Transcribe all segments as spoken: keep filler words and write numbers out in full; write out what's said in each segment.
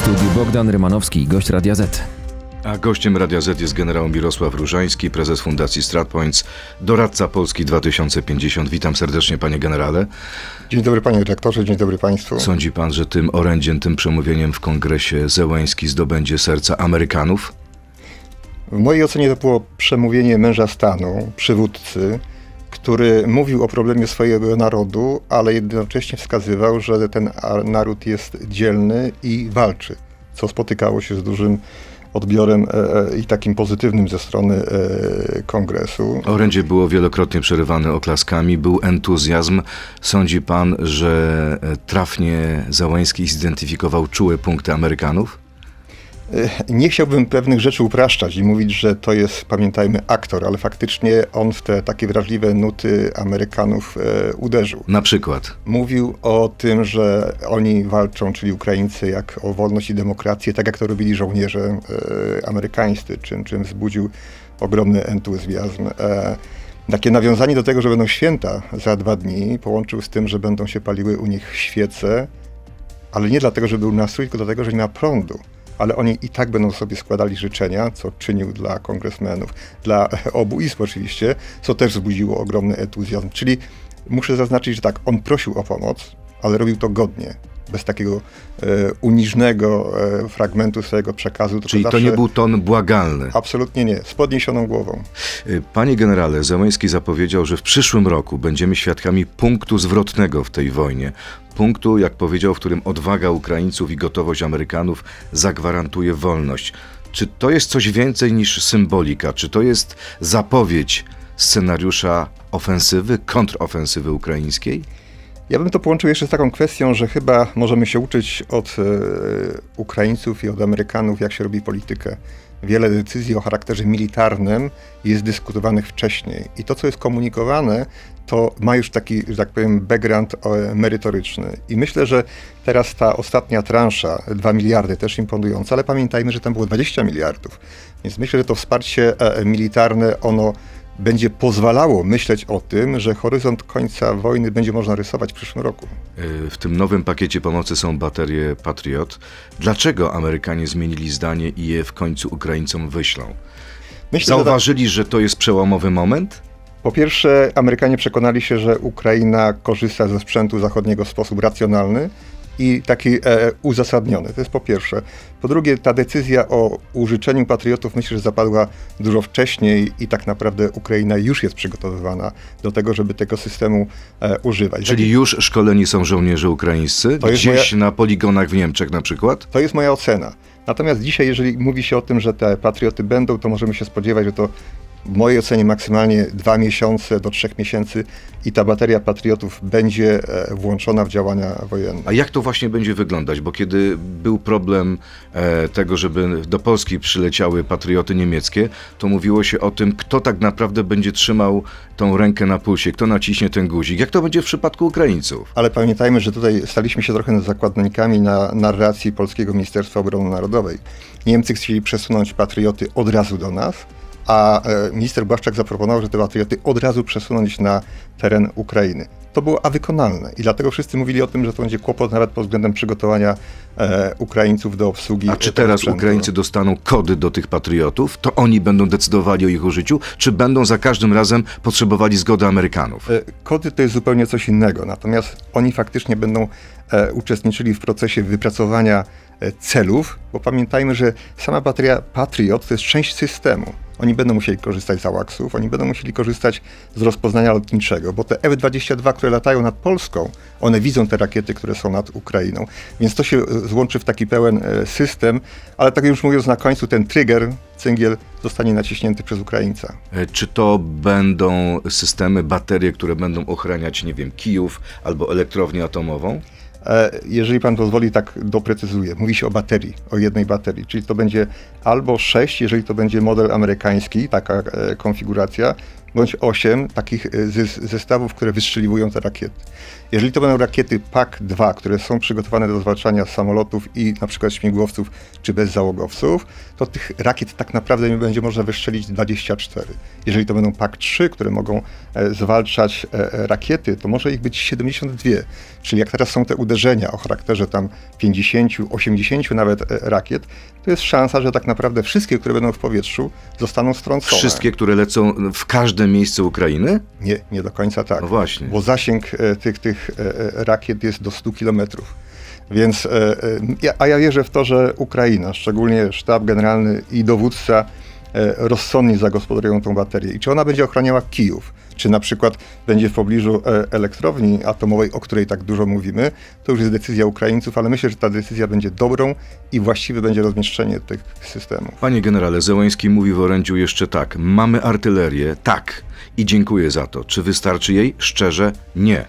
studiu Bogdan Rymanowski, gość Radia Z. A gościem Radia Z jest generał Mirosław Różański, prezes Fundacji StratPoints, doradca Polski dwa tysiące pięćdziesiąt. Witam serdecznie, panie generale. Dzień dobry, panie redaktorze, dzień dobry państwu. Sądzi pan, że tym orędziem, tym przemówieniem w kongresie Zełenski zdobędzie serca Amerykanów? W mojej ocenie to było przemówienie męża stanu, przywódcy, który mówił o problemie swojego narodu, ale jednocześnie wskazywał, że ten naród jest dzielny i walczy, co spotykało się z dużym odbiorem e, i takim pozytywnym ze strony e, kongresu. Orędzie było wielokrotnie przerywane oklaskami, był entuzjazm. Sądzi pan, że trafnie Zełenski zidentyfikował czułe punkty Amerykanów? Nie chciałbym pewnych rzeczy upraszczać i mówić, że to jest, pamiętajmy, aktor, ale faktycznie on w te takie wrażliwe nuty Amerykanów e, uderzył. Na przykład? Mówił o tym, że oni walczą, czyli Ukraińcy, jak o wolność i demokrację, tak jak to robili żołnierze e, amerykańscy, czym, czym wzbudził ogromny entuzjazm. E, takie nawiązanie do tego, że będą święta za dwa dni, połączył z tym, że będą się paliły u nich świece, ale nie dlatego, że był nastrój, tylko dlatego, że nie ma prądu. Ale oni i tak będą sobie składali życzenia, co czynił dla kongresmenów, dla obu izb oczywiście, co też wzbudziło ogromny entuzjazm. Czyli muszę zaznaczyć, że tak, on prosił o pomoc, ale robił to godnie, bez takiego e, uniżnego e, fragmentu swojego przekazu. Czyli to nie był ton błagalny? Absolutnie nie, z podniesioną głową. Panie generale, Zełenski zapowiedział, że w przyszłym roku będziemy świadkami punktu zwrotnego w tej wojnie. Punktu, jak powiedział, w którym odwaga Ukraińców i gotowość Amerykanów zagwarantuje wolność. Czy to jest coś więcej niż symbolika? Czy to jest zapowiedź scenariusza ofensywy, kontrofensywy ukraińskiej? Ja bym to połączył jeszcze z taką kwestią, że chyba możemy się uczyć od e, Ukraińców i od Amerykanów, jak się robi politykę. Wiele decyzji o charakterze militarnym jest dyskutowanych wcześniej i to, co jest komunikowane, to ma już taki, że tak powiem, background e, merytoryczny. I myślę, że teraz ta ostatnia transza, dwa miliardy, też imponująca, ale pamiętajmy, że tam było dwadzieścia miliardów. Więc myślę, że to wsparcie e, militarne, ono będzie pozwalało myśleć o tym, że horyzont końca wojny będzie można rysować w przyszłym roku. W tym nowym pakiecie pomocy są baterie Patriot. Dlaczego Amerykanie zmienili zdanie i je w końcu Ukraińcom wyślą? Myślę, Zauważyli, że, tak, że to jest przełomowy moment? Po pierwsze, Amerykanie przekonali się, że Ukraina korzysta ze sprzętu zachodniego w sposób racjonalny i taki e, uzasadniony. To jest po pierwsze. Po drugie, ta decyzja o użyczeniu patriotów myślę, że zapadła dużo wcześniej i tak naprawdę Ukraina już jest przygotowywana do tego, żeby tego systemu e, używać. Czyli Taki... już szkoleni są żołnierze ukraińscy? To gdzieś moja... na poligonach w Niemczech na przykład? To jest moja ocena. Natomiast dzisiaj, jeżeli mówi się o tym, że te patrioty będą, to możemy się spodziewać, że to w mojej ocenie maksymalnie dwa miesiące do trzech miesięcy i ta bateria patriotów będzie włączona w działania wojenne. A jak to właśnie będzie wyglądać? Bo kiedy był problem e, tego, żeby do Polski przyleciały patrioty niemieckie, to mówiło się o tym, kto tak naprawdę będzie trzymał tą rękę na pulsie, kto naciśnie ten guzik. Jak to będzie w przypadku Ukraińców? Ale pamiętajmy, że tutaj staliśmy się trochę zakładnikami na narracji Polskiego Ministerstwa Obrony Narodowej. Niemcy chcieli przesunąć patrioty od razu do nas, a minister Błaszczak zaproponował, że te patrioty od razu przesunąć na teren Ukrainy. To było awykonalne i dlatego wszyscy mówili o tym, że to będzie kłopot nawet pod względem przygotowania e, Ukraińców do obsługi. A czy teraz sprzętu. Ukraińcy dostaną kody do tych patriotów? To oni będą decydowali o ich użyciu? Czy będą za każdym razem potrzebowali zgody Amerykanów? E, kody to jest zupełnie coś innego, natomiast oni faktycznie będą e, uczestniczyli w procesie wypracowania e, celów, bo pamiętajmy, że sama bateria Patriot to jest część systemu. Oni będą musieli korzystać z awaksów, oni będą musieli korzystać z rozpoznania lotniczego, bo te F dwadzieścia dwa, które latają nad Polską, one widzą te rakiety, które są nad Ukrainą. Więc to się złączy w taki pełen system, ale tak już mówiąc na końcu, ten trigger, cyngiel zostanie naciśnięty przez Ukraińca. Czy to będą systemy, baterie, które będą ochraniać, nie wiem, Kijów albo elektrownię atomową? Jeżeli pan pozwoli, tak doprecyzuję. Mówi się o baterii, o jednej baterii, czyli to będzie albo sześć, jeżeli to będzie model amerykański, taka konfiguracja, bądź osiem takich zestawów, które wystrzeliwują te rakiety. Jeżeli to będą rakiety P A C dwa, które są przygotowane do zwalczania samolotów i na przykład śmigłowców czy bezzałogowców, to tych rakiet tak naprawdę będzie można wystrzelić dwadzieścia cztery. Jeżeli to będą P A C trzy, które mogą e, zwalczać e, rakiety, to może ich być siedemdziesiąt dwa. Czyli jak teraz są te uderzenia o charakterze tam pięćdziesiąt, osiemdziesiąt nawet e, rakiet, to jest szansa, że tak naprawdę wszystkie, które będą w powietrzu, zostaną strącone. Wszystkie, które lecą w każde miejsce Ukrainy? Nie, nie do końca tak. No właśnie. Bo zasięg e, tych, tych e, rakiet jest do stu kilometrów. Więc, e, e, a ja wierzę w to, że Ukraina, szczególnie sztab generalny i dowódca e, rozsądnie zagospodarują tą baterię. I czy ona będzie ochraniała Kijów, czy na przykład będzie w pobliżu e, elektrowni atomowej, o której tak dużo mówimy, to już jest decyzja Ukraińców, ale myślę, że ta decyzja będzie dobrą i właściwe będzie rozmieszczenie tych systemów. Panie generale, Zełenski mówi w orędziu jeszcze tak: mamy artylerię, tak, i dziękuję za to. Czy wystarczy jej? Szczerze, nie.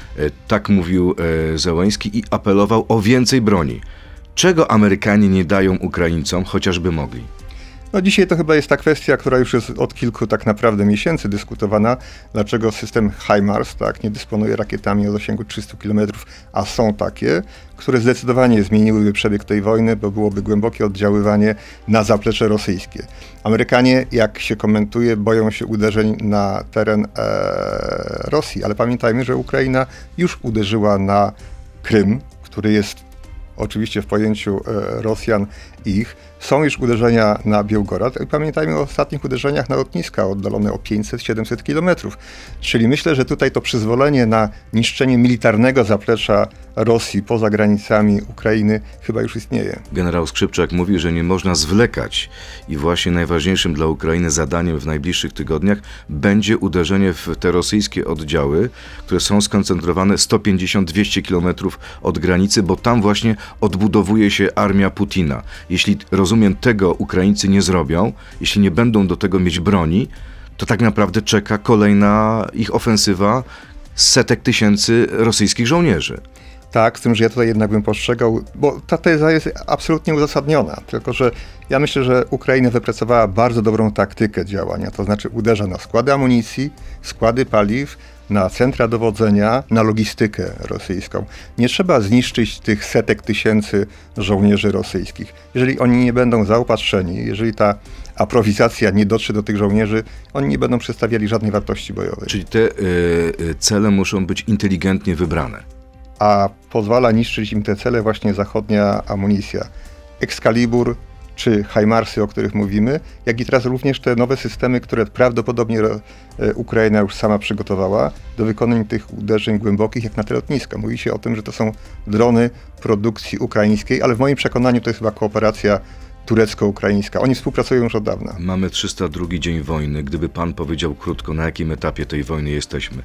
Tak mówił Zełenski i apelował o więcej broni. Czego Amerykanie nie dają Ukraińcom, chociażby mogli? No dzisiaj to chyba jest ta kwestia, która już jest od kilku tak naprawdę miesięcy dyskutowana, dlaczego system HIMARS tak, nie dysponuje rakietami o zasięgu trzystu kilometrów, a są takie, które zdecydowanie zmieniłyby przebieg tej wojny, bo byłoby głębokie oddziaływanie na zaplecze rosyjskie. Amerykanie, jak się komentuje, boją się uderzeń na teren e, Rosji, ale pamiętajmy, że Ukraina już uderzyła na Krym, który jest oczywiście w pojęciu e, Rosjan ich. Są już uderzenia na Białgorod i pamiętajmy o ostatnich uderzeniach na lotniska oddalone o pięćset do siedemset kilometrów. Czyli myślę, że tutaj to przyzwolenie na niszczenie militarnego zaplecza Rosji poza granicami Ukrainy chyba już istnieje. Generał Skrzypczak mówi, że nie można zwlekać i właśnie najważniejszym dla Ukrainy zadaniem w najbliższych tygodniach będzie uderzenie w te rosyjskie oddziały, które są skoncentrowane sto pięćdziesiąt do dwustu kilometrów od granicy, bo tam właśnie odbudowuje się armia Putina. Jeśli rozumiem, tego Ukraińcy nie zrobią, jeśli nie będą do tego mieć broni, to tak naprawdę czeka kolejna ich ofensywa z setek tysięcy rosyjskich żołnierzy. Tak, z tym, że ja tutaj jednak bym postrzegał, bo ta teza jest absolutnie uzasadniona, tylko że ja myślę, że Ukraina wypracowała bardzo dobrą taktykę działania, to znaczy uderza na składy amunicji, składy paliw, na centra dowodzenia, na logistykę rosyjską. Nie trzeba zniszczyć tych setek tysięcy żołnierzy rosyjskich. Jeżeli oni nie będą zaopatrzeni, jeżeli ta aprowizacja nie dotrze do tych żołnierzy, oni nie będą przedstawiali żadnej wartości bojowej. Czyli te y, cele muszą być inteligentnie wybrane. A pozwala niszczyć im te cele właśnie zachodnia amunicja. Excalibur czy HIMARSy, o których mówimy, jak i teraz również te nowe systemy, które prawdopodobnie Ukraina już sama przygotowała do wykonania tych uderzeń głębokich, jak na te lotniska. Mówi się o tym, że to są drony produkcji ukraińskiej, ale w moim przekonaniu to jest chyba kooperacja turecko-ukraińska. Oni współpracują już od dawna. Mamy trzysta drugi dzień wojny. Gdyby pan powiedział krótko, na jakim etapie tej wojny jesteśmy,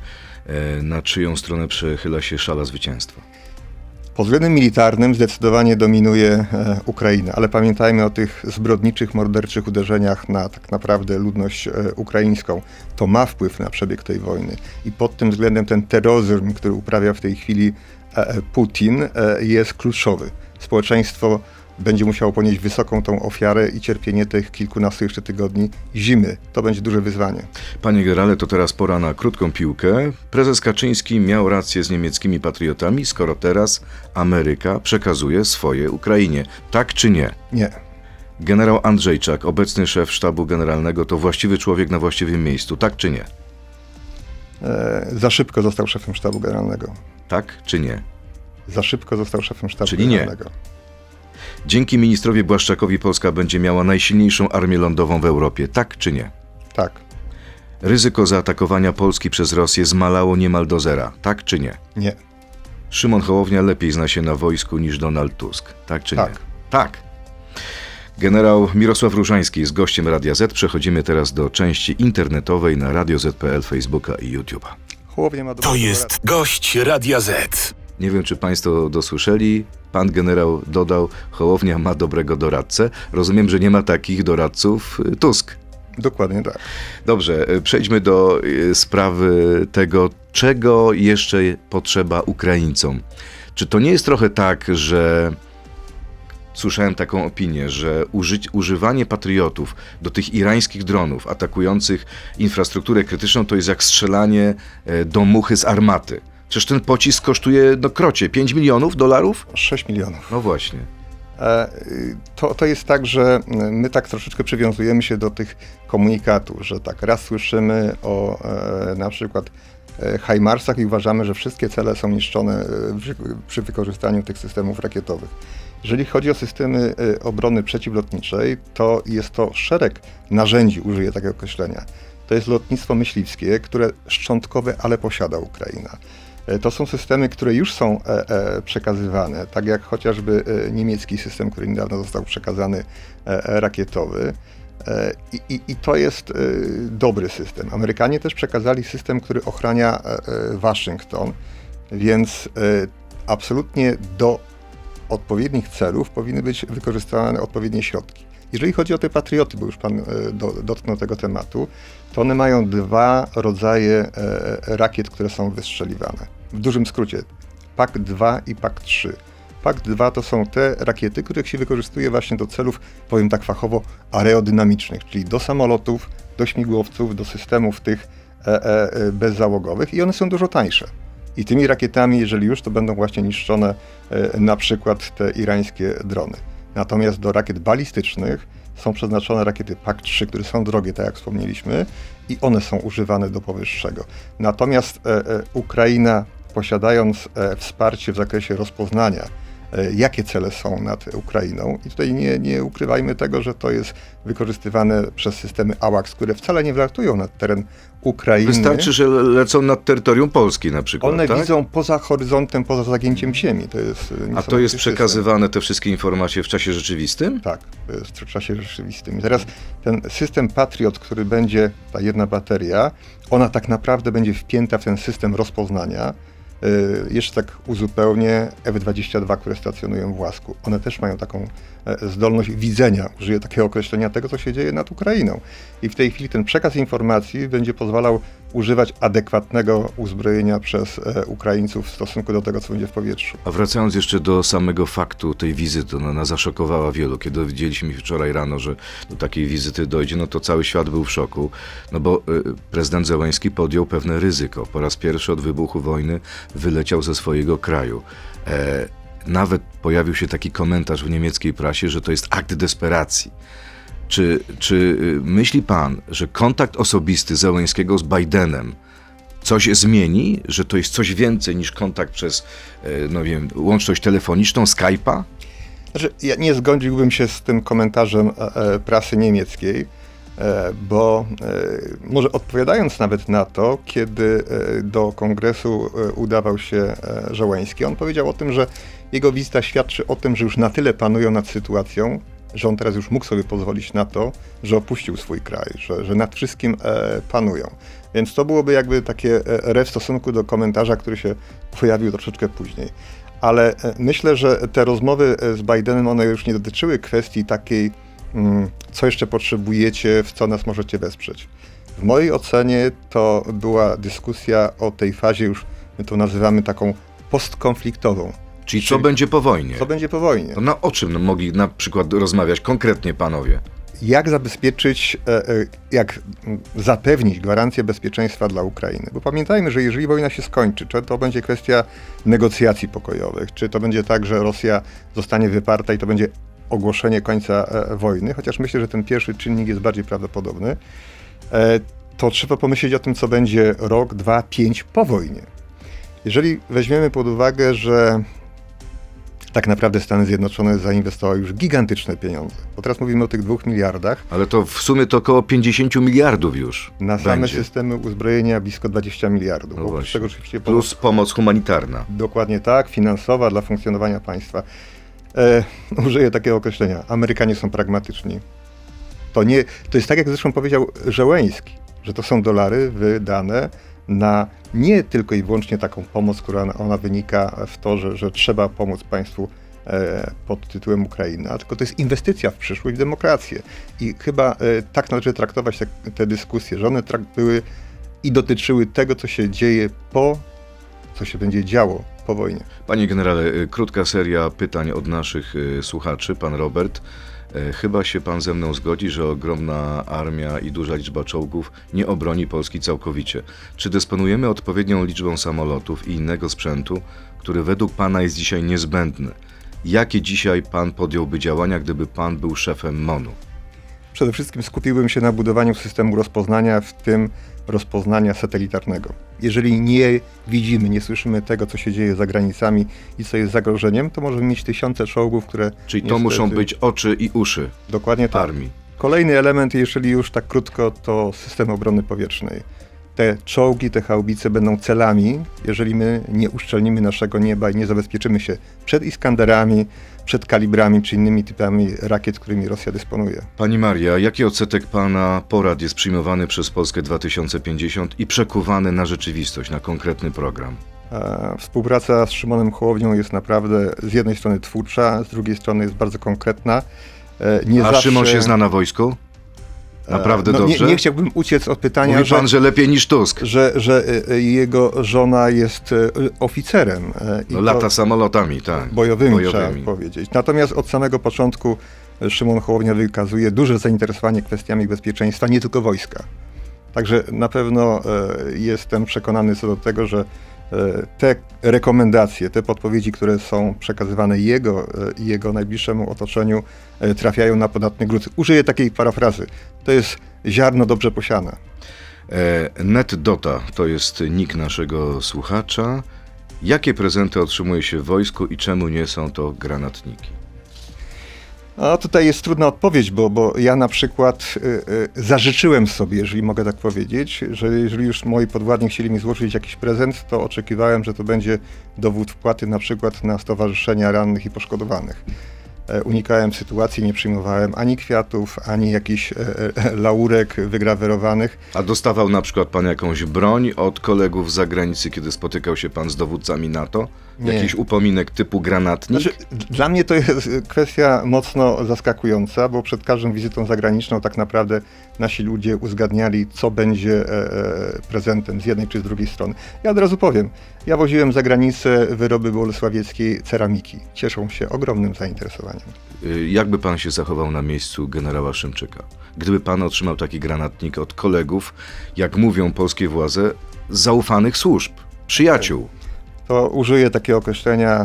na czyją stronę przechyla się szala zwycięstwa? Pod względem militarnym zdecydowanie dominuje e, Ukraina, ale pamiętajmy o tych zbrodniczych, morderczych uderzeniach na tak naprawdę ludność e, ukraińską. To ma wpływ na przebieg tej wojny i pod tym względem ten terroryzm, który uprawia w tej chwili e, Putin, e, jest kluczowy. Społeczeństwo będzie musiało ponieść wysoką tą ofiarę i cierpienie tych kilkunastu jeszcze tygodni zimy. To będzie duże wyzwanie. Panie generale, to teraz pora na krótką piłkę. Prezes Kaczyński miał rację z niemieckimi patriotami, skoro teraz Ameryka przekazuje swoje Ukrainie. Tak czy nie? Nie. Generał Andrzejczak, obecny szef sztabu generalnego, to właściwy człowiek na właściwym miejscu. Tak czy nie? E, za szybko został szefem sztabu generalnego. Tak czy nie? Za szybko został szefem sztabu Czyli generalnego. Nie. Dzięki ministrowi Błaszczakowi Polska będzie miała najsilniejszą armię lądową w Europie. Tak czy nie? Tak. Ryzyko zaatakowania Polski przez Rosję zmalało niemal do zera. Tak czy nie? Nie. Szymon Hołownia lepiej zna się na wojsku niż Donald Tusk. Tak czy tak. nie? Tak. Generał Mirosław Różański jest gościem Radia Z. Przechodzimy teraz do części internetowej na radio zet kropka pe el, Facebooka i YouTube'a. Hołownia ma to jest gość Radia Z. Nie wiem, czy państwo dosłyszeli. Pan generał dodał, Hołownia ma dobrego doradcę. Rozumiem, że nie ma takich doradców Tusk. Dokładnie tak. Dobrze, przejdźmy do sprawy tego, czego jeszcze potrzeba Ukraińcom. Czy to nie jest trochę tak, że słyszałem taką opinię, że użyć, używanie patriotów do tych irańskich dronów atakujących infrastrukturę krytyczną to jest jak strzelanie do muchy z armaty. Przecież ten pocisk kosztuje no krocie, pięć milionów dolarów? sześć milionów. No właśnie. To, to jest tak, że my tak troszeczkę przywiązujemy się do tych komunikatów, że tak raz słyszymy o e, na przykład HIMARSach i uważamy, że wszystkie cele są niszczone przy, przy wykorzystaniu tych systemów rakietowych. Jeżeli chodzi o systemy obrony przeciwlotniczej, to jest to szereg narzędzi, użyję takiego określenia. To jest lotnictwo myśliwskie, które szczątkowe, ale posiada Ukraina. To są systemy, które już są e, e, przekazywane, tak jak chociażby e, niemiecki system, który niedawno został przekazany, e, rakietowy. E, i, I to jest e, dobry system. Amerykanie też przekazali system, który ochrania e, Waszyngton, więc e, absolutnie do odpowiednich celów powinny być wykorzystywane odpowiednie środki. Jeżeli chodzi o te patrioty, bo już pan e, do, dotknął tego tematu, to one mają dwa rodzaje e, rakiet, które są wystrzeliwane. W dużym skrócie P A K dwa i P A K trzy. P A K dwa to są te rakiety, których się wykorzystuje właśnie do celów, powiem tak fachowo, aerodynamicznych, czyli do samolotów, do śmigłowców, do systemów tych e, e, bezzałogowych i one są dużo tańsze. I tymi rakietami, jeżeli już, to będą właśnie niszczone e, na przykład te irańskie drony. Natomiast do rakiet balistycznych są przeznaczone rakiety P A K trzy, które są drogie, tak jak wspomnieliśmy, i one są używane do powyższego. Natomiast e, e, Ukraina, posiadając e, wsparcie w zakresie rozpoznania, e, jakie cele są nad Ukrainą, i tutaj nie, nie ukrywajmy tego, że to jest wykorzystywane przez systemy AWACS, które wcale nie wlatują nad teren Ukrainy. Wystarczy, że lecą nad terytorium Polski na przykład, One tak? widzą poza horyzontem, poza zagięciem ziemi. To jest A to jest system. przekazywane, te wszystkie informacje w czasie rzeczywistym? Tak, to jest w czasie rzeczywistym. I teraz ten system Patriot, który będzie, ta jedna bateria, ona tak naprawdę będzie wpięta w ten system rozpoznania. Yy, jeszcze tak uzupełnię, F dwadzieścia dwa, które stacjonują w Łasku, one też mają taką e, zdolność widzenia, użyję takiego określenia, tego, co się dzieje nad Ukrainą. I w tej chwili ten przekaz informacji będzie pozwalał używać adekwatnego uzbrojenia przez e, Ukraińców w stosunku do tego, co będzie w powietrzu. A wracając jeszcze do samego faktu tej wizyty, no, ona zaszokowała wielu. Kiedy dowiedzieliśmy się wczoraj rano, że do takiej wizyty dojdzie, no to cały świat był w szoku, no bo y, prezydent Zełenski podjął pewne ryzyko. Po raz pierwszy od wybuchu wojny wyleciał ze swojego kraju. E, nawet pojawił się taki komentarz w niemieckiej prasie, że to jest akt desperacji. Czy, czy myśli pan, że kontakt osobisty Zełenskiego z Bidenem coś zmieni, że to jest coś więcej niż kontakt przez, no wiem, łączność telefoniczną, Skype'a? Znaczy, ja nie zgodziłbym się z tym komentarzem e, prasy niemieckiej, e, bo e, może odpowiadając nawet na to, kiedy e, do kongresu e, udawał się e, Zełenski, on powiedział o tym, że jego wizyta świadczy o tym, że już na tyle panują nad sytuacją, że on teraz już mógł sobie pozwolić na to, że opuścił swój kraj, że, że nad wszystkim e, panują. Więc to byłoby jakby takie re w stosunku do komentarza, który się pojawił troszeczkę później. Ale e, myślę, że te rozmowy z Bidenem, one już nie dotyczyły kwestii takiej, mm, co jeszcze potrzebujecie, w co nas możecie wesprzeć. W mojej ocenie to była dyskusja o tej fazie już, my to nazywamy taką postkonfliktową. Czyli co będzie po wojnie? Co będzie po wojnie? To na o czym mogli na przykład rozmawiać konkretnie panowie? Jak zabezpieczyć, jak zapewnić gwarancję bezpieczeństwa dla Ukrainy? Bo pamiętajmy, że jeżeli wojna się skończy, czy to będzie kwestia negocjacji pokojowych, czy to będzie tak, że Rosja zostanie wyparta i to będzie ogłoszenie końca wojny, chociaż myślę, że ten pierwszy czynnik jest bardziej prawdopodobny, to trzeba pomyśleć o tym, co będzie rok, dwa, pięć po wojnie. Jeżeli weźmiemy pod uwagę, że tak naprawdę Stany Zjednoczone zainwestowały już gigantyczne pieniądze, bo teraz mówimy o tych dwóch miliardach. Ale to w sumie to około pięćdziesiąt miliardów już na same będzie. Systemy uzbrojenia blisko dwadzieścia miliardów. No Oprócz tego oczywiście plus pomoc, pomoc humanitarna. Dokładnie tak, finansowa dla funkcjonowania państwa. E, użyję takiego określenia. Amerykanie są pragmatyczni. To, nie, to jest tak, jak zresztą powiedział Zełenski, że to są dolary wydane na nie tylko i wyłącznie taką pomoc, która ona, ona wynika w to, że, że trzeba pomóc państwu e, pod tytułem Ukraina, tylko to jest inwestycja w przyszłość, w demokrację. I chyba e, tak należy traktować te, te dyskusje, że one trak- były i dotyczyły tego, co się dzieje po, co się będzie działo po wojnie. Panie generale, krótka seria pytań od naszych słuchaczy. Pan Robert, chyba się pan ze mną zgodzi, że ogromna armia i duża liczba czołgów nie obroni Polski całkowicie. Czy dysponujemy odpowiednią liczbą samolotów i innego sprzętu, który według pana jest dzisiaj niezbędny? Jakie dzisiaj pan podjąłby działania, gdyby pan był szefem MON-u? Przede wszystkim skupiłbym się na budowaniu systemu rozpoznania, w tym rozpoznania satelitarnego. Jeżeli nie widzimy, nie słyszymy tego, co się dzieje za granicami i co jest zagrożeniem, to możemy mieć tysiące czołgów, które... Czyli to niestety... muszą być oczy i uszy Dokładnie tak. armii. Kolejny element, jeżeli już tak krótko, to system obrony powietrznej. Te czołgi, te haubice będą celami, jeżeli my nie uszczelnimy naszego nieba i nie zabezpieczymy się przed Iskanderami, przed kalibrami czy innymi typami rakiet, którymi Rosja dysponuje. Pani Maria, jaki odsetek pana porad jest przyjmowany przez Polskę dwa tysiące pięćdziesiąt i przekuwany na rzeczywistość, na konkretny program? E, współpraca z Szymonem Hołownią jest naprawdę z jednej strony twórcza, z drugiej strony jest bardzo konkretna. E, nie A zawsze... Szymon się zna na wojsku? Naprawdę no, dobrze? Nie, nie chciałbym uciec od pytania, Mówi pan, że, że lepiej niż Tusk. Że, że jego żona jest oficerem. I no, lata samolotami, tak. Bojowymi, bojowymi, trzeba powiedzieć. Natomiast od samego początku Szymon Hołownia wykazuje duże zainteresowanie kwestiami bezpieczeństwa, nie tylko wojska. Także na pewno jestem przekonany co do tego, że te rekomendacje, te podpowiedzi, które są przekazywane jego i jego najbliższemu otoczeniu, trafiają na podatny grunt. Użyję takiej parafrazy. To jest ziarno dobrze posiane. E, NetDota to jest nick naszego słuchacza. Jakie prezenty otrzymuje się w wojsku i czemu nie są to granatniki? No tutaj jest trudna odpowiedź, bo, bo ja na przykład y, y, zażyczyłem sobie, jeżeli mogę tak powiedzieć, że jeżeli już moi podwładni chcieli mi złożyć jakiś prezent, to oczekiwałem, że to będzie dowód wpłaty na przykład na stowarzyszenia rannych i poszkodowanych. E, unikałem sytuacji, nie przyjmowałem ani kwiatów, ani jakichś e, e, laurek wygrawerowanych. A dostawał na przykład pan jakąś broń od kolegów z zagranicy, kiedy spotykał się pan z dowódcami NATO? Nie. Jakiś upominek typu granatnik? Znaczy, dla mnie to jest kwestia mocno zaskakująca, bo przed każdą wizytą zagraniczną tak naprawdę nasi ludzie uzgadniali, co będzie e, prezentem z jednej czy z drugiej strony. Ja od razu powiem, ja woziłem za granicę wyroby bolesławieckiej ceramiki. Cieszą się ogromnym zainteresowaniem. Jakby pan się zachował na miejscu generała Szymczyka? Gdyby pan otrzymał taki granatnik od kolegów, jak mówią polskie władze, zaufanych służb, przyjaciół. To użyję takiego określenia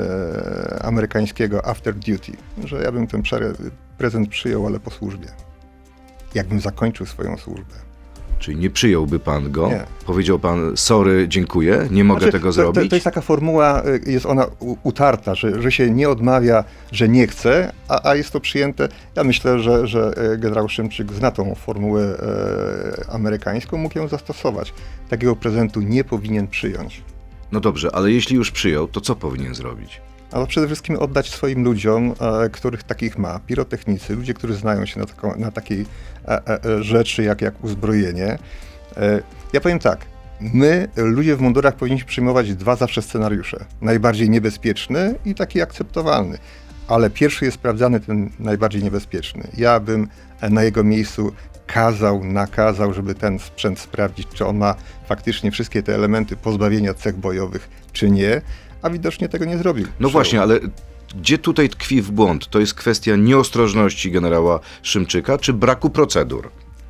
e, amerykańskiego after duty, że ja bym ten prezent przyjął, ale po służbie. Jakbym zakończył swoją służbę. Czyli nie przyjąłby pan go? Nie. Powiedział pan, sorry, dziękuję, nie mogę Znaczy, tego to, zrobić? To, to jest taka formuła, jest ona utarta, że, że się nie odmawia, że nie chce, a, a jest to przyjęte. Ja myślę, że, że generał Szymczyk zna tą formułę e, amerykańską, mógł ją zastosować. Takiego prezentu nie powinien przyjąć. No dobrze, ale jeśli już przyjął, to co powinien zrobić? Ale przede wszystkim oddać swoim ludziom, e, których takich ma, pirotechnicy, ludzie, którzy znają się na, taką, na takiej e, e, rzeczy jak, jak uzbrojenie. E, ja powiem tak, my, ludzie w mundurach, powinniśmy przyjmować dwa zawsze scenariusze. Najbardziej niebezpieczny i taki akceptowalny. Ale pierwszy jest sprawdzany, ten najbardziej niebezpieczny. Ja bym na jego miejscu kazał, nakazał, żeby ten sprzęt sprawdzić, czy on ma faktycznie wszystkie te elementy pozbawienia cech bojowych, czy nie, a widocznie tego nie zrobił. No właśnie, ale gdzie tutaj tkwi w błąd? To jest kwestia nieostrożności generała Szymczyka, czy braku procedur?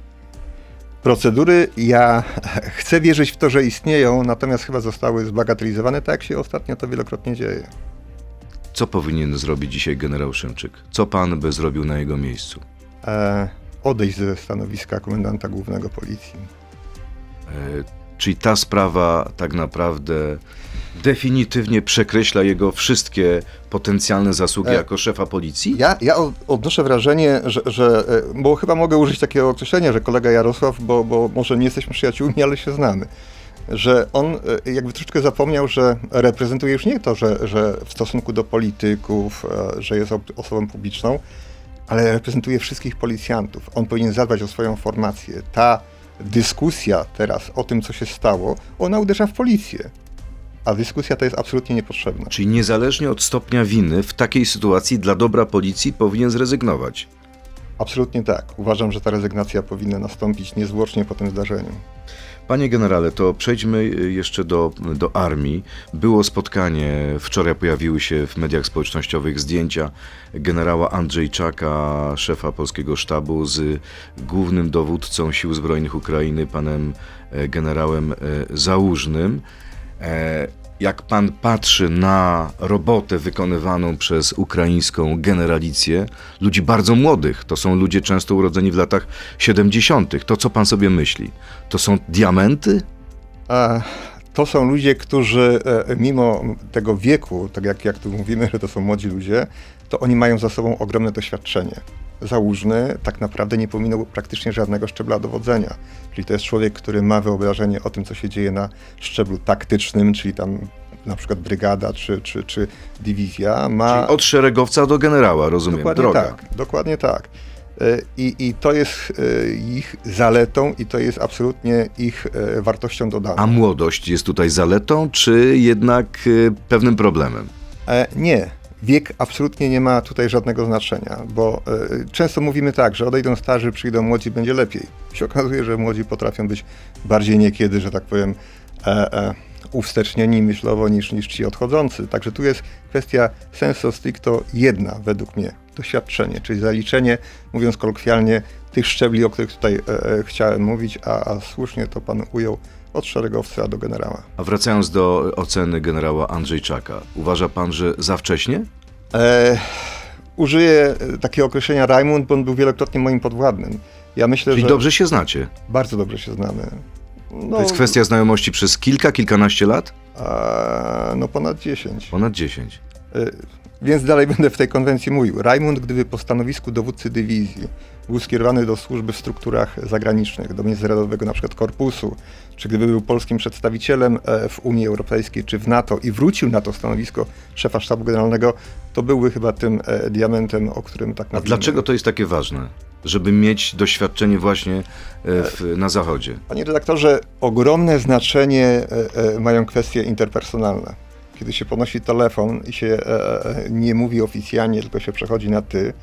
Procedury, ja chcę wierzyć w to, że istnieją, natomiast chyba zostały zbagatelizowane, tak jak się ostatnio to wielokrotnie dzieje. Co powinien zrobić dzisiaj generał Szymczyk? Co pan by zrobił na jego miejscu? E, odejść ze stanowiska komendanta głównego policji. E, czyli ta sprawa tak naprawdę definitywnie przekreśla jego wszystkie potencjalne zasługi e, jako szefa policji? Ja, ja odnoszę wrażenie, że, że, bo chyba mogę użyć takiego określenia, że kolega Jarosław, bo, bo może nie jesteśmy przyjaciółmi, ale się znamy, że on jakby troszeczkę zapomniał, że reprezentuje już nie to, że, że w stosunku do polityków, że jest osobą publiczną, ale reprezentuje wszystkich policjantów. On powinien zadbać o swoją formację. Ta dyskusja teraz o tym, co się stało, ona uderza w policję. A dyskusja ta jest absolutnie niepotrzebna. Czyli niezależnie od stopnia winy, w takiej sytuacji dla dobra policji powinien zrezygnować? Absolutnie tak. Uważam, że ta rezygnacja powinna nastąpić niezwłocznie po tym zdarzeniu. Panie generale, to przejdźmy jeszcze do, do armii. Było spotkanie, wczoraj pojawiły się w mediach społecznościowych zdjęcia generała Andrzejczaka, szefa polskiego sztabu, z głównym dowódcą Sił Zbrojnych Ukrainy, panem generałem Załużnym. Jak pan patrzy na robotę wykonywaną przez ukraińską generalicję, ludzi bardzo młodych, to są ludzie często urodzeni w latach siedemdziesiątych, to co pan sobie myśli? To są diamenty? A, to są ludzie, którzy mimo tego wieku, tak jak, jak tu mówimy, że to są młodzi ludzie, to oni mają za sobą ogromne doświadczenie. Załużny tak naprawdę nie pominął praktycznie żadnego szczebla dowodzenia. Czyli to jest człowiek, który ma wyobrażenie o tym, co się dzieje na szczeblu taktycznym, czyli tam na przykład brygada czy, czy, czy dywizja. Ma... Czyli od szeregowca do generała, rozumiem, dokładnie droga. Tak, dokładnie tak. I, I to jest ich zaletą i to jest absolutnie ich wartością dodaną. A młodość jest tutaj zaletą, czy jednak pewnym problemem? E, nie. Wiek absolutnie nie ma tutaj żadnego znaczenia, bo y, często mówimy tak, że odejdą starzy, przyjdą młodzi, będzie lepiej. I się okazuje, że młodzi potrafią być bardziej niekiedy, że tak powiem, e, e, uwstecznieni myślowo niż, niż ci odchodzący. Także tu jest kwestia sensu stricto jedna według mnie, doświadczenie, czyli zaliczenie, mówiąc kolokwialnie, tych szczebli, o których tutaj e, e, chciałem mówić, a, a słusznie to pan ujął, od szeregowca do generała. A wracając do oceny generała Andrzejczaka, uważa pan, że za wcześnie? E, użyję takiego określenia Rajmund, bo on był wielokrotnie moim podwładnym. Ja myślę, Czyli że dobrze się znacie? Bardzo dobrze się znamy. No, to jest kwestia znajomości przez kilka, kilkanaście lat? A, no ponad dziesięć. Ponad dziesięć. E, więc dalej będę w tej konwencji mówił. Rajmund, gdyby po stanowisku dowódcy dywizji był skierowany do służby w strukturach zagranicznych, do międzynarodowego na przykład korpusu, czy gdyby był polskim przedstawicielem w Unii Europejskiej czy w NATO i wrócił na to stanowisko szefa sztabu generalnego, to byłby chyba tym e, diamentem, o którym tak mówimy. A dlaczego to jest takie ważne, żeby mieć doświadczenie właśnie w, na Zachodzie? Panie redaktorze, ogromne znaczenie e, e, mają kwestie interpersonalne. Kiedy się podnosi telefon i się e, nie mówi oficjalnie, tylko się przechodzi na ty.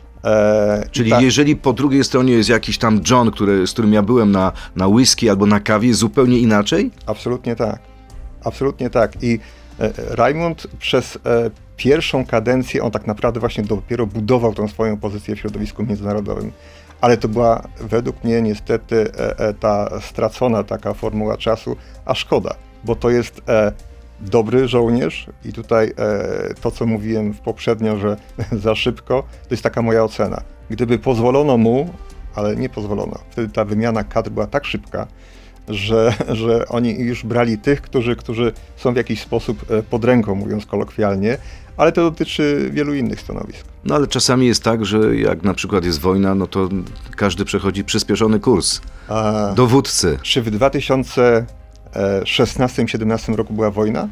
E, Czyli tak, jeżeli po drugiej stronie jest jakiś tam John, który, z którym ja byłem na, na whisky albo na kawie, zupełnie inaczej? Absolutnie tak. Absolutnie tak. I e, Rajmund przez e, pierwszą kadencję, on tak naprawdę właśnie dopiero budował tą swoją pozycję w środowisku międzynarodowym. Ale to była według mnie niestety e, e, ta stracona taka formuła czasu, a szkoda, bo to jest e, dobry żołnierz i tutaj e, to, co mówiłem poprzednio, że za szybko, to jest taka moja ocena. Gdyby pozwolono mu, ale nie pozwolono, wtedy ta wymiana kadr była tak szybka, że, że oni już brali tych, którzy, którzy są w jakiś sposób pod ręką, mówiąc kolokwialnie, ale to dotyczy wielu innych stanowisk. No ale czasami jest tak, że jak na przykład jest wojna, no to każdy przechodzi przyspieszony kurs A dowódcy. Czy w dwa tysiące szesnastym siedemnastym roku była wojna?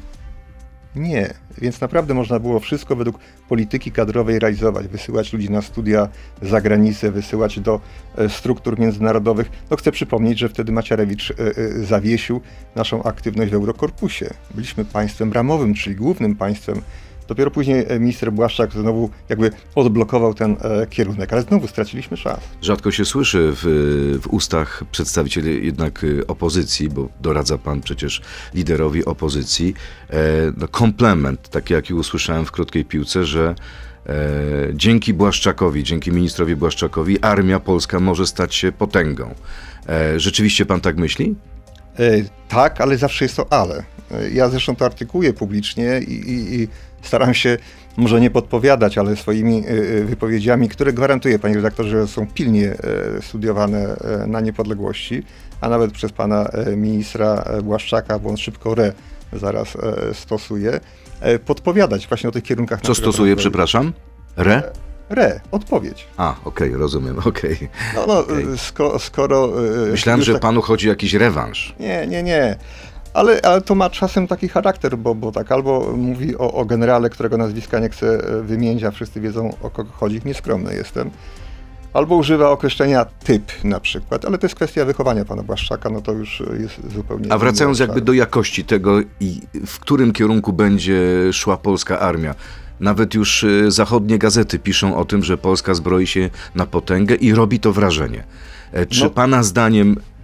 Nie, więc naprawdę można było wszystko według polityki kadrowej realizować, wysyłać ludzi na studia za granicę, wysyłać do struktur międzynarodowych. No chcę przypomnieć, że wtedy Macierewicz zawiesił naszą aktywność w Eurokorpusie. Byliśmy państwem ramowym, czyli głównym państwem. Dopiero później minister Błaszczak znowu jakby odblokował ten e, kierunek, ale znowu straciliśmy czas. Rzadko się słyszy w, w ustach przedstawicieli jednak opozycji, bo doradza pan przecież liderowi opozycji, e, no komplement, taki jaki usłyszałem w krótkiej piłce, że e, dzięki Błaszczakowi, dzięki ministrowi Błaszczakowi armia polska może stać się potęgą. E, rzeczywiście pan tak myśli? E, tak, ale zawsze jest to ale. E, ja zresztą to artykułuję publicznie i, i, i staram się może nie podpowiadać, ale swoimi y, wypowiedziami, które gwarantuję, panie redaktorze, że są pilnie y, studiowane y, na niepodległości, a nawet przez pana y, ministra Błaszczaka, bo on szybko re zaraz y, stosuje, y, podpowiadać właśnie o tych kierunkach. Co stosuje, przepraszam? Re? Re, odpowiedź. A, okej, okay, rozumiem, okej. Okay. No, no okay. sko, skoro... Y, Myślałem, że tak... panu chodzi o jakiś rewanż. Nie, nie, nie. Ale, ale to ma czasem taki charakter, bo, bo tak albo mówi o, o generale, którego nazwiska nie chcę wymienić, a wszyscy wiedzą, o kogo chodzi, nieskromny jestem. Albo używa określenia typ na przykład, ale to jest kwestia wychowania pana Błaszczaka, no to już jest zupełnie... A wracając jakby do jakości tego i w którym kierunku będzie szła polska armia. Nawet już zachodnie gazety piszą o tym, że Polska zbroi się na potęgę i robi to wrażenie. Czy no. pana zdaniem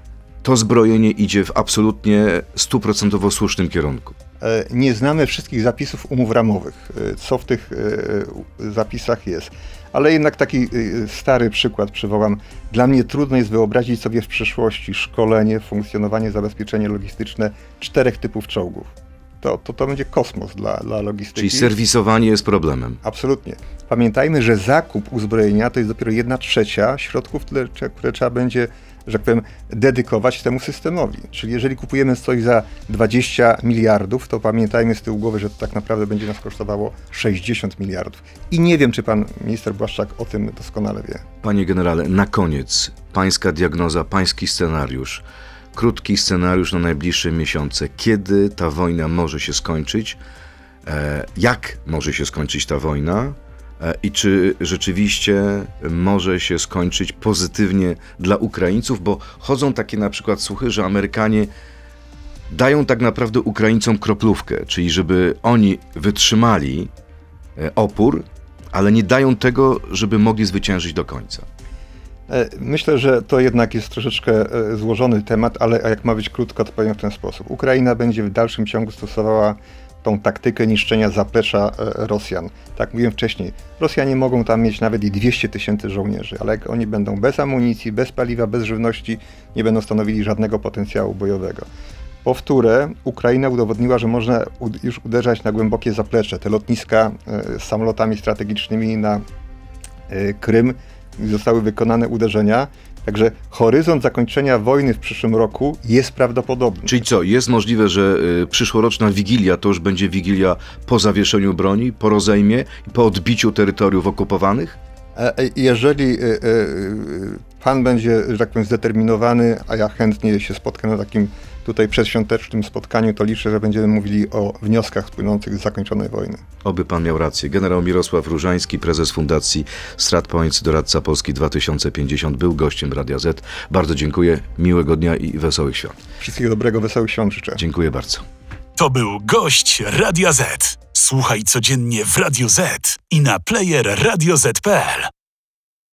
to zbrojenie idzie w absolutnie stuprocentowo słusznym kierunku. Nie znamy wszystkich zapisów umów ramowych, co w tych zapisach jest. Ale jednak taki stary przykład przywołam. Dla mnie trudno jest wyobrazić sobie w przyszłości szkolenie, funkcjonowanie, zabezpieczenie logistyczne czterech typów czołgów. To, to, to będzie kosmos dla, dla logistyki. Czyli serwisowanie jest problemem. Absolutnie. Pamiętajmy, że zakup uzbrojenia to jest dopiero jedna trzecia środków, które, które trzeba będzie, że tak powiem, dedykować temu systemowi. Czyli jeżeli kupujemy coś za dwadzieścia miliardów, to pamiętajmy z tyłu głowy, że to tak naprawdę będzie nas kosztowało sześćdziesiąt miliardów. I nie wiem, czy pan minister Błaszczak o tym doskonale wie. Panie generale, na koniec pańska diagnoza, pański scenariusz. Krótki scenariusz na najbliższe miesiące. Kiedy ta wojna może się skończyć? E, jak może się skończyć ta wojna? E, I czy rzeczywiście może się skończyć pozytywnie dla Ukraińców? Bo chodzą takie na przykład słuchy, że Amerykanie dają tak naprawdę Ukraińcom kroplówkę, czyli żeby oni wytrzymali e, opór, ale nie dają tego, żeby mogli zwyciężyć do końca. Myślę, że to jednak jest troszeczkę złożony temat, ale jak ma być krótko, to powiem w ten sposób. Ukraina będzie w dalszym ciągu stosowała tą taktykę niszczenia zaplecza Rosjan. Tak mówiłem wcześniej, Rosjanie mogą tam mieć nawet i dwieście tysięcy żołnierzy, ale jak oni będą bez amunicji, bez paliwa, bez żywności, nie będą stanowili żadnego potencjału bojowego. Po wtóre, Ukraina udowodniła, że można już uderzać na głębokie zaplecze. Te lotniska z samolotami strategicznymi na Krym, zostały wykonane uderzenia, także horyzont zakończenia wojny w przyszłym roku jest prawdopodobny. Czyli co, jest możliwe, że y, przyszłoroczna Wigilia to już będzie Wigilia po zawieszeniu broni, po rozejmie i po odbiciu terytoriów okupowanych? Jeżeli y, y, pan będzie, że tak powiem, zdeterminowany, a ja chętnie się spotkam na takim tutaj przedświątecznym spotkaniu, to liczę, że będziemy mówili o wnioskach płynących z zakończonej wojny. Oby pan miał rację. Generał Mirosław Różański, prezes Fundacji StratPoints, doradca Polski dwa tysiące pięćdziesiąt, był gościem Radia Z. Bardzo dziękuję, miłego dnia i wesołych świąt. Wszystkiego dobrego, wesołych świąt życzę. Dziękuję bardzo. To był gość Radia Z. Słuchaj codziennie w Radio Z i na player radio zet kropka pe el.